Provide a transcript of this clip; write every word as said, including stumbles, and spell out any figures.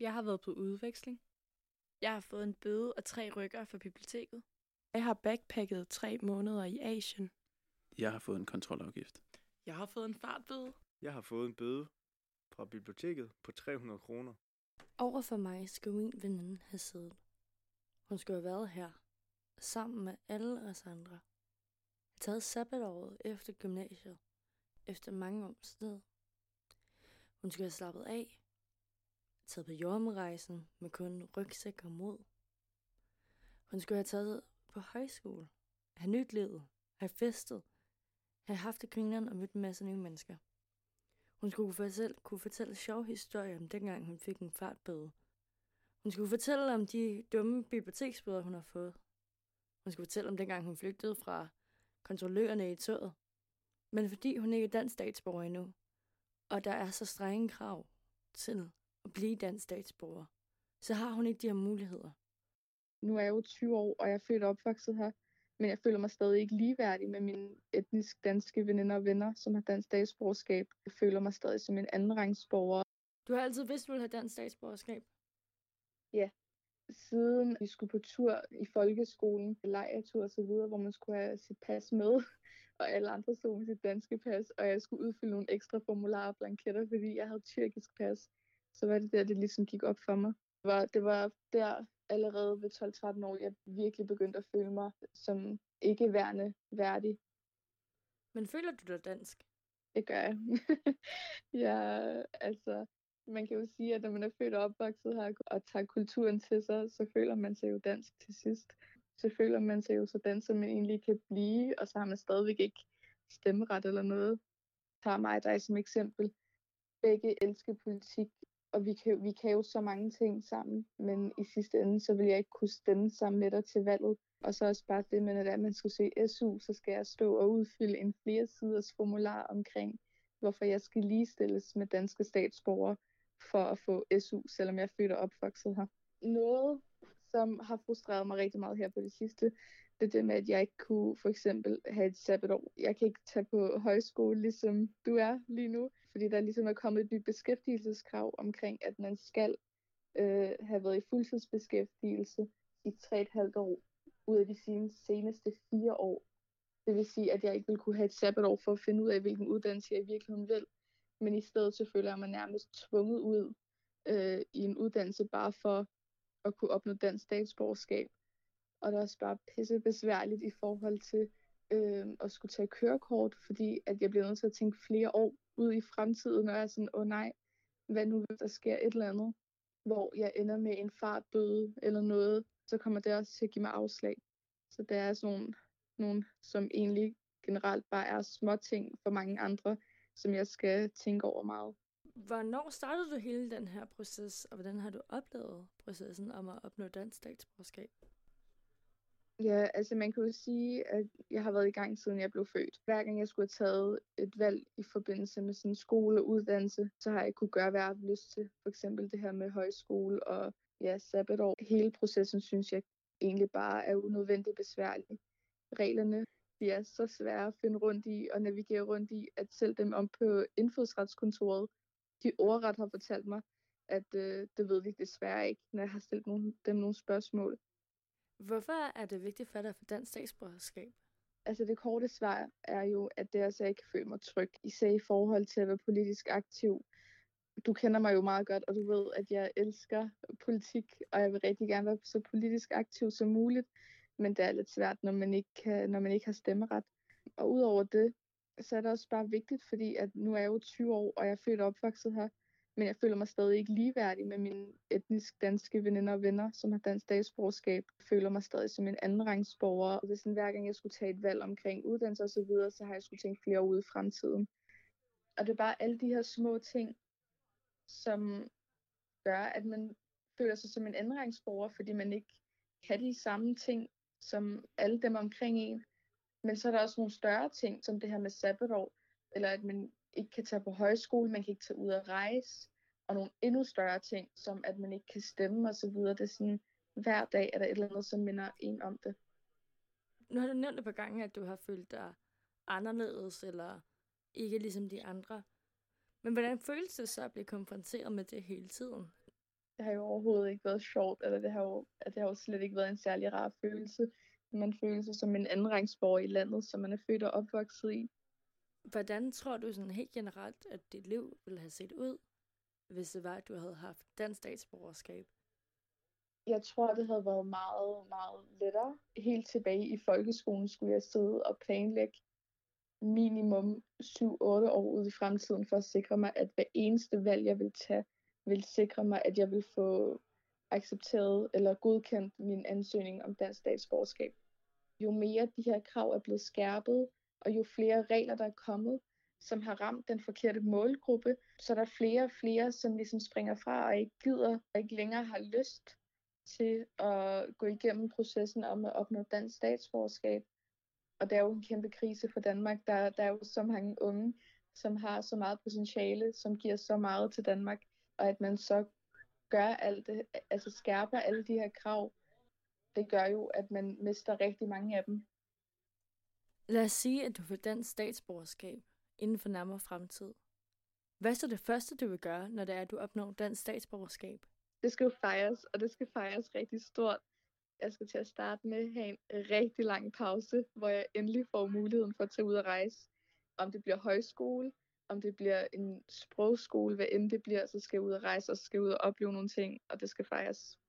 Jeg har været på udveksling. Jeg har fået en bøde og tre rykker fra biblioteket. Jeg har backpacket tre måneder i Asien. Jeg har fået en kontrolafgift. Jeg har fået en fartbøde. Jeg har fået en bøde fra biblioteket på tre hundrede kroner. Over for mig skulle min veninde have siddet. Hun skulle have været her, sammen med alle os andre. Jeg har taget sabbatåret efter gymnasiet, efter mange års sted. Hun skulle have slappet af, taget på jordomrejsen med kun rygsæk og mod. Hun skulle have taget på højskole, have nyt livet, have festet, have haft det grineren og mødt en masse nye mennesker. Hun skulle fortælle, kunne fortælle sjove historier om dengang hun fik en fartbøde. Hun skulle fortælle om de dumme biblioteksbøder, hun har fået. Hun skulle fortælle om dengang hun flygtede fra kontrollørerne i toget. Men fordi hun ikke er dansk statsborger endnu, og der er så strenge krav til at blive dansk statsborger, så har hun ikke de her muligheder. Nu er jeg jo tyve år, og jeg er født og opvokset her, men jeg føler mig stadig ikke ligeværdig med mine etnisk danske veninder og venner, som har dansk statsborgerskab. Jeg føler mig stadig som en andenrangsborger. Du har altid vidst, at du ville have dansk statsborgerskab? Ja. Siden vi skulle på tur i folkeskolen, lejretur og så videre, hvor man skulle have sit pas med, og alle andre stod med sit danske pas, og jeg skulle udfylde nogle ekstra formularer og blanketter, fordi jeg havde tyrkisk pas. Så var det der, det ligesom gik op for mig. Det var, det var der allerede ved tolv tretten år, jeg virkelig begyndte at føle mig som ikke værende værdig. Men føler du dig dansk? Det gør jeg. Ja, altså, man kan jo sige, at når man er født og opvokset her og tager kulturen til sig, så føler man sig jo dansk til sidst. Så føler man sig jo så dansk, som man egentlig kan blive, og så har man stadigvæk ikke stemmeret eller noget. Tager mig og dig som eksempel. Begge elsker politik, og vi kan, vi kan jo så mange ting sammen, men i sidste ende, så vil jeg ikke kunne stemme sammen med dig til valget. Og så også bare det, men at man skulle se S U, så skal jeg stå og udfylde en flere siders formular omkring, hvorfor jeg skal ligestilles med danske statsborgere for at få S U, selvom jeg er født og opvokset her. Noget, som har frustreret mig rigtig meget her på det sidste, det er det med, at jeg ikke kunne for eksempel have et sabbatår. Jeg kan ikke tage på højskole, ligesom du er lige nu, fordi der ligesom er kommet et nyt beskæftigelseskrav omkring, at man skal øh, have været i fuldtidsbeskæftigelse i tre og et halvt år ud af de seneste fire år. Det vil sige, at jeg ikke vil kunne have et sabbatår for at finde ud af, hvilken uddannelse jeg i virkeligheden vil. Men i stedet så føler jeg mig nærmest tvunget ud øh, i en uddannelse bare for at kunne opnå dansk statsborgerskab. Og det er også bare pisse besværligt i forhold til øh, at skulle tage kørekort, fordi at jeg bliver nødt til at tænke flere år ud i fremtiden, og jeg er sådan, åh nej, hvad nu hvis der sker et eller andet, hvor jeg ender med en fartbøde eller noget, så kommer det også til at give mig afslag. Så det er sådan nogle, nogle som egentlig generelt bare er små ting for mange andre, som jeg skal tænke over meget. Hvornår startede du hele den her proces, og hvordan har du oplevet processen om at opnå dansk statsborgerskab? Ja, altså man kan jo sige, at jeg har været i gang siden jeg blev født. Hver gang jeg skulle have taget et valg i forbindelse med sådan skole og uddannelse, så har jeg kunne gøre, hvad jeg har lyst til. For eksempel det her med højskole og ja, sabbatår. Hele processen synes jeg egentlig bare er unødvendigt besværlig. Reglerne de er så svære at finde rundt i og navigere rundt i, at selv dem om på indfødsretskontoret, de ordret har fortalt mig, at øh, det ved de desværre ikke, når jeg har stillet nogle, dem nogle spørgsmål. Hvorfor er det vigtigt for dig at få dansk statsborgerskab? Altså det korte svar er jo, at det altså ikke kan føle mig tryg, især i forhold til at være politisk aktiv. Du kender mig jo meget godt, og du ved, at jeg elsker politik, og jeg vil rigtig gerne være så politisk aktiv som muligt. Men det er lidt svært, når man ikke, kan, når man ikke har stemmeret. Og udover det, så er det også bare vigtigt, fordi at nu er jeg jo tyve år, og jeg er født og opvokset her. Men jeg føler mig stadig ikke ligeværdig med mine etnisk danske veninder og venner, som har dansk statsborgerskab. Jeg føler mig stadig som en andenrangsborger. Og det er sådan, hver gang jeg skulle tage et valg omkring uddannelse og så videre, så har jeg skulle tænke flere år ude i fremtiden. Og det er bare alle de her små ting, som gør, at man føler sig som en andenrangsborger, fordi man ikke kan de samme ting som alle dem omkring en. Men så er der også nogle større ting, som det her med sabbatår, eller at man ikke kan tage på højskole, man kan ikke tage ud og rejse, og nogle endnu større ting, som at man ikke kan stemme og så videre. Det er sådan, hver dag er der et eller andet, som minder en om det. Nu har du nævnt et par gange, at du har følt dig anderledes, eller ikke ligesom de andre. Men hvordan føles det så at blive konfronteret med det hele tiden? det har jo overhovedet ikke været sjovt, eller det har jo, det har jo slet ikke været en særlig rar følelse. Man føler sig som en andenrangsborger i landet, som man er født og opvokset i. Hvordan tror du sådan helt generelt, at dit liv ville have set ud, hvis det var, at du havde haft dansk statsborgerskab? Jeg tror, det havde været meget, meget lettere. Helt tilbage i folkeskolen skulle jeg sidde og planlægge minimum syv otte år ud i fremtiden for at sikre mig, at hver eneste valg, jeg vil tage, vil sikre mig, at jeg vil få accepteret eller godkendt min ansøgning om dansk statsborgerskab. Jo mere de her krav er blevet skærpet, og jo flere regler, der er kommet, som har ramt den forkerte målgruppe, så der er flere og flere, som ligesom springer fra og ikke gider, og ikke længere har lyst til at gå igennem processen om at opnå dansk statsborgerskab. Og det er jo en kæmpe krise for Danmark. Der, der er jo så mange unge, som har så meget potentiale, som giver så meget til Danmark, og at man så gør alt det, altså skærper alle de her krav, det gør jo, at man mister rigtig mange af dem. Lad os sige, at du får dansk statsborgerskab inden for nærmere fremtid. Hvad er så det første, du vil gøre, når det er, at du opnår dansk statsborgerskab? Det skal jo fejres, og det skal fejres rigtig stort. Jeg skal til at starte med at have en rigtig lang pause, hvor jeg endelig får muligheden for at tage ud og rejse. Om det bliver højskole, om det bliver en sprogskole, hvad end det bliver, så skal jeg ud og rejse, og så skal jeg ud og opleve nogle ting, og det skal fejres.